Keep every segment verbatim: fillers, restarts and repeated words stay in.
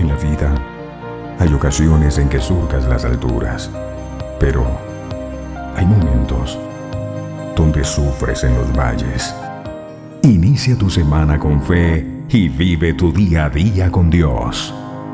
En la vida hay ocasiones en que surcas las alturas, pero hay momentos donde sufres en los valles. Inicia tu semana con fe y vive tu día a día con Dios.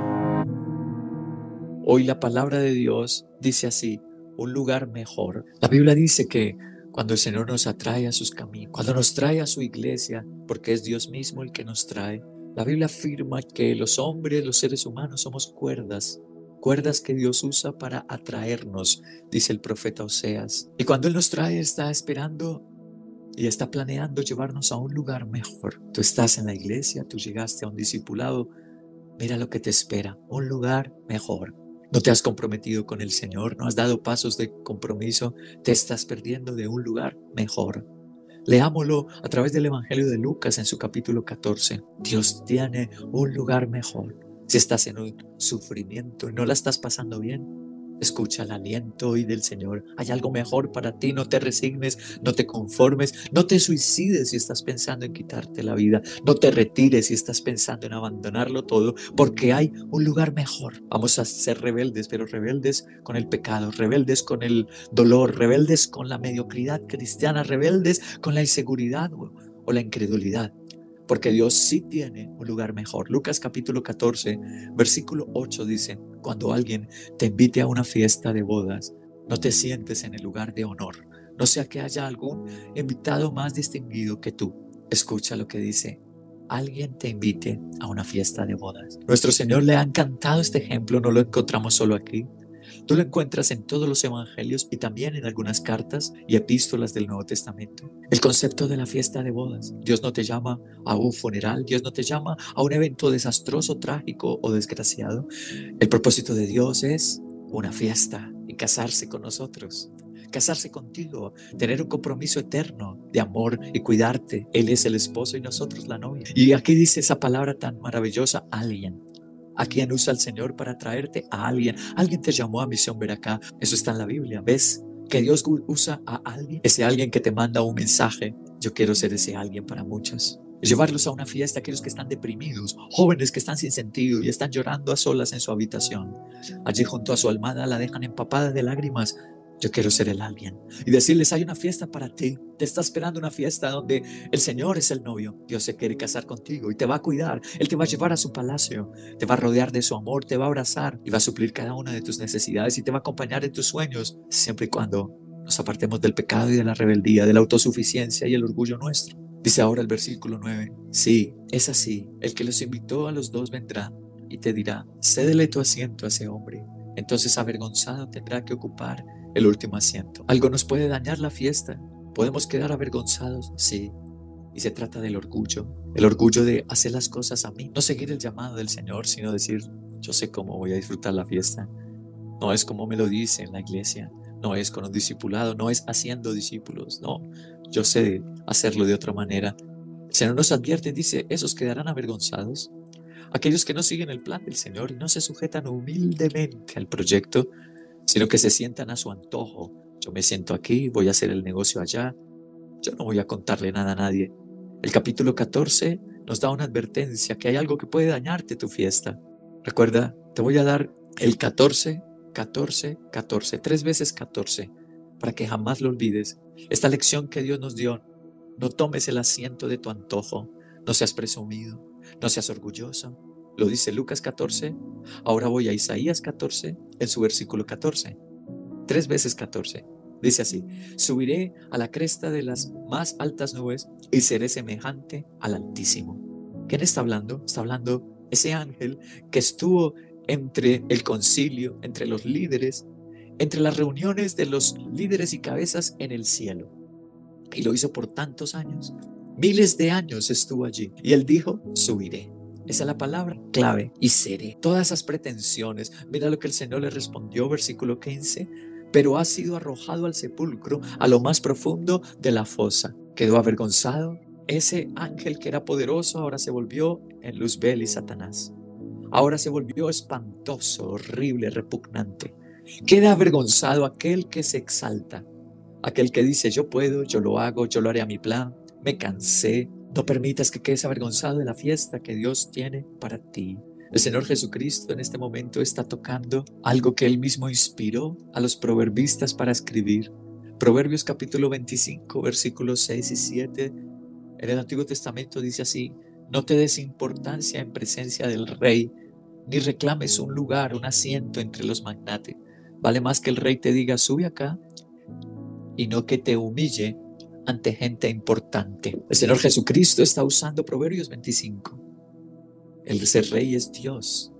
Hoy la palabra de Dios dice así: un lugar mejor. La Biblia dice que cuando el Señor nos atrae a sus caminos, cuando nos trae a su iglesia, porque es Dios mismo el que nos trae, la Biblia afirma que los hombres, los seres humanos, somos cuerdas, cuerdas que Dios usa para atraernos, dice el profeta Oseas. Y cuando Él nos trae, está esperando y está planeando llevarnos a un lugar mejor. Tú estás en la iglesia, tú llegaste a un discipulado, mira lo que te espera, un lugar mejor. No te has comprometido con el Señor, no has dado pasos de compromiso, te estás perdiendo de un lugar mejor. Leámoslo a través del Evangelio de Lucas en su capítulo catorce. Dios tiene un lugar mejor. Si estás en un sufrimiento y no la estás pasando bien, escucha el aliento hoy del Señor. Hay algo mejor para ti, no te resignes, no te conformes, no te suicides si estás pensando en quitarte la vida, no te retires si estás pensando en abandonarlo todo, porque hay un lugar mejor. Vamos a ser rebeldes, pero rebeldes con el pecado, rebeldes con el dolor, rebeldes con la mediocridad cristiana, rebeldes con la inseguridad o, o la incredulidad. Porque Dios sí tiene un lugar mejor. Lucas capítulo catorce, versículo ocho dice: cuando alguien te invite a una fiesta de bodas, no te sientes en el lugar de honor, no sea que haya algún invitado más distinguido que tú. Escucha lo que dice: alguien te invite a una fiesta de bodas. Nuestro Señor le ha encantado este ejemplo, no lo encontramos solo aquí. Tú lo encuentras en todos los evangelios y también en algunas cartas y epístolas del Nuevo Testamento. El concepto de la fiesta de bodas. Dios no te llama a un funeral, Dios no te llama a un evento desastroso, trágico o desgraciado. El propósito de Dios es una fiesta y casarse con nosotros, casarse contigo, tener un compromiso eterno de amor y cuidarte. Él es el esposo y nosotros la novia. Y aquí dice esa palabra tan maravillosa: alguien. ¿A quién usa el Señor para traerte? A alguien. Alguien te llamó a Misión Ver Acá. Eso está en la Biblia. ¿Ves que Dios usa a alguien? Ese alguien que te manda un mensaje. Yo quiero ser ese alguien para muchos. Llevarlos a una fiesta, aquellos que están deprimidos, jóvenes que están sin sentido y están llorando a solas en su habitación. Allí junto a su almohada la dejan empapada de lágrimas. Yo quiero ser el alguien y decirles: hay una fiesta para ti. Te está esperando una fiesta donde el Señor es el novio. Dios se quiere casar contigo y te va a cuidar. Él te va a llevar a su palacio, te va a rodear de su amor, te va a abrazar y va a suplir cada una de tus necesidades y te va a acompañar en tus sueños, siempre y cuando nos apartemos del pecado y de la rebeldía, de la autosuficiencia y el orgullo nuestro. Dice ahora el versículo nueve: sí, es así. El que los invitó a los dos vendrá y te dirá: cédele tu asiento a ese hombre. Entonces avergonzado tendrá que ocupar el último asiento. Algo nos puede dañar la fiesta. Podemos quedar avergonzados, sí. Y se trata del orgullo. El orgullo de hacer las cosas a mí. No seguir el llamado del Señor, sino decir: yo sé cómo voy a disfrutar la fiesta. No es como me lo dice en la iglesia. No es con un discipulado. No es haciendo discípulos. No, yo sé hacerlo de otra manera. El Señor nos advierte, dice: esos quedarán avergonzados. Aquellos que no siguen el plan del Señor y no se sujetan humildemente al proyecto, sino que se sientan a su antojo. Yo me siento aquí, voy a hacer el negocio allá. Yo no voy a contarle nada a nadie. El capítulo catorce nos da una advertencia que hay algo que puede dañarte tu fiesta. Recuerda, te voy a dar el catorce, catorce, catorce, tres veces catorce, para que jamás lo olvides. Esta lección que Dios nos dio: no tomes el asiento de tu antojo, no seas presumido, no seas orgulloso. Lo dice Lucas catorce. Ahora voy a Isaías catorce, en su versículo catorce. Tres veces catorce. Dice así: subiré a la cresta de las más altas nubes y seré semejante al Altísimo. ¿Quién está hablando? Está hablando ese ángel que estuvo entre el concilio, entre los líderes, entre las reuniones de los líderes y cabezas en el cielo. Y lo hizo por tantos años. Miles de años estuvo allí. Y él dijo: subiré. Esa es la palabra clave. Y seré. Todas esas pretensiones. Mira lo que el Señor le respondió, versículo quince. Pero ha sido arrojado al sepulcro, a lo más profundo de la fosa. Quedó avergonzado. Ese ángel que era poderoso ahora se volvió en Luzbel y Satanás. Ahora se volvió espantoso, horrible, repugnante. Queda avergonzado aquel que se exalta. Aquel que dice: yo puedo, yo lo hago, yo lo haré a mi plan. Me cansé. No permitas que quedes avergonzado de la fiesta que Dios tiene para ti. El Señor Jesucristo en este momento está tocando algo que Él mismo inspiró a los proverbistas para escribir. Proverbios capítulo veinticinco, versículos seis y siete, en el Antiguo Testamento dice así: no te des importancia en presencia del rey, ni reclames un lugar, un asiento entre los magnates. Vale más que el rey te diga, sube acá, y no que te humille ante gente importante. El Señor Jesucristo está usando Proverbios veinticinco. Ese rey es Dios.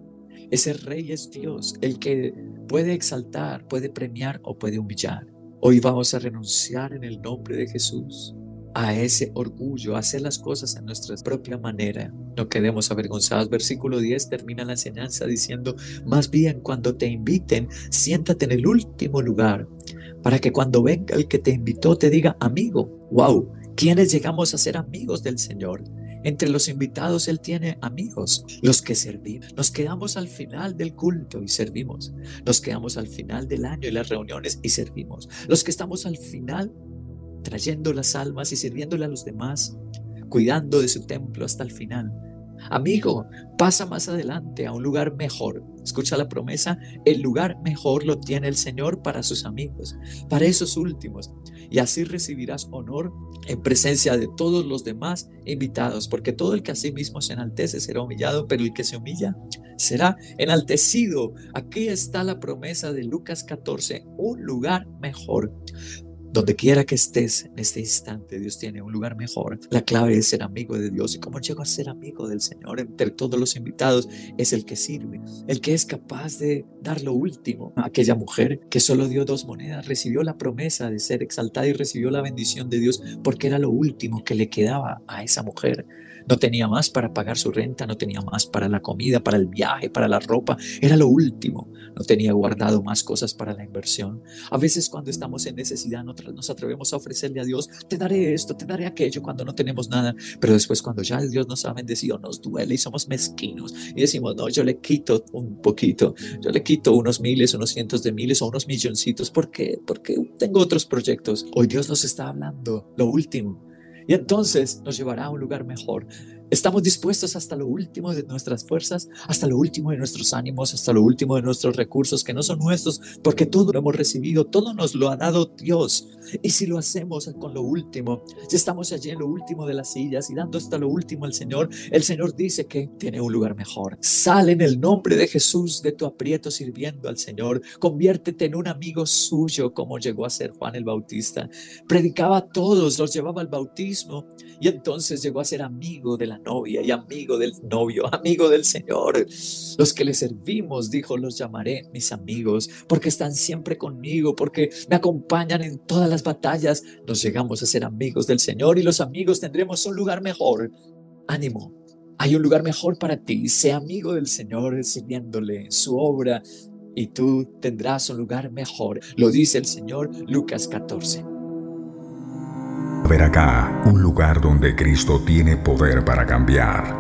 Ese rey es Dios, el que puede exaltar, puede premiar o puede humillar. Hoy vamos a renunciar en el nombre de Jesús a ese orgullo, a hacer las cosas a nuestra propia manera. No quedemos avergonzados. Versículo diez termina la enseñanza diciendo: más bien cuando te inviten, siéntate en el último lugar, para que cuando venga el que te invitó te diga, amigo. Wow, ¿quiénes llegamos a ser amigos del Señor? Entre los invitados Él tiene amigos, los que servimos. Nos quedamos al final del culto y servimos. Nos quedamos al final del año y las reuniones y servimos. Los que estamos al final trayendo las almas y sirviéndole a los demás, cuidando de su templo hasta el final. Amigo, pasa más adelante a un lugar mejor. Escucha la promesa: el lugar mejor lo tiene el Señor para sus amigos, para esos últimos. Y así recibirás honor en presencia de todos los demás invitados, porque todo el que a sí mismo se enaltece será humillado, pero el que se humilla será enaltecido. Aquí está la promesa de Lucas catorce, un lugar mejor. Donde quiera que estés en este instante, Dios tiene un lugar mejor. La clave es ser amigo de Dios. ¿Y cómo llego a ser amigo del Señor? Entre todos los invitados es el que sirve, el que es capaz de dar lo último. Aquella mujer que solo dio dos monedas recibió la promesa de ser exaltada y recibió la bendición de Dios porque era lo último que le quedaba a esa mujer. No tenía más para pagar su renta, no tenía más para la comida, para el viaje, para la ropa. Era lo último. No tenía guardado más cosas para la inversión. A veces cuando estamos en necesidad nos atrevemos a ofrecerle a Dios: te daré esto, te daré aquello, cuando no tenemos nada. Pero después, cuando ya Dios nos ha bendecido, nos duele y somos mezquinos y decimos: no, yo le quito un poquito, yo le quito unos miles, unos cientos de miles o unos milloncitos. ¿Por qué? Porque tengo otros proyectos. Hoy Dios nos está hablando lo último. Y entonces nos llevará a un lugar mejor. Estamos dispuestos hasta lo último de nuestras fuerzas, hasta lo último de nuestros ánimos, hasta lo último de nuestros recursos que no son nuestros, porque todo lo hemos recibido, todo nos lo ha dado Dios. Y si lo hacemos con lo último, si estamos allí en lo último de las sillas y dando hasta lo último al Señor, el Señor dice que tiene un lugar mejor. Sal en el nombre de Jesús de tu aprieto sirviendo al Señor. Conviértete en un amigo suyo, como llegó a ser Juan el Bautista. Predicaba a todos, los llevaba al bautismo y entonces llegó a ser amigo de la novia y amigo del novio, amigo del Señor. Los que le servimos, dijo, los llamaré mis amigos, porque están siempre conmigo, porque me acompañan en todas las batallas. Nos llegamos a ser amigos del Señor y los amigos tendremos un lugar mejor. Ánimo, hay un lugar mejor para ti. Sé amigo del Señor sirviéndole en su obra y tú tendrás un lugar mejor. Lo dice el Señor, Lucas catorce. Ver acá, un lugar donde Cristo tiene poder para cambiar.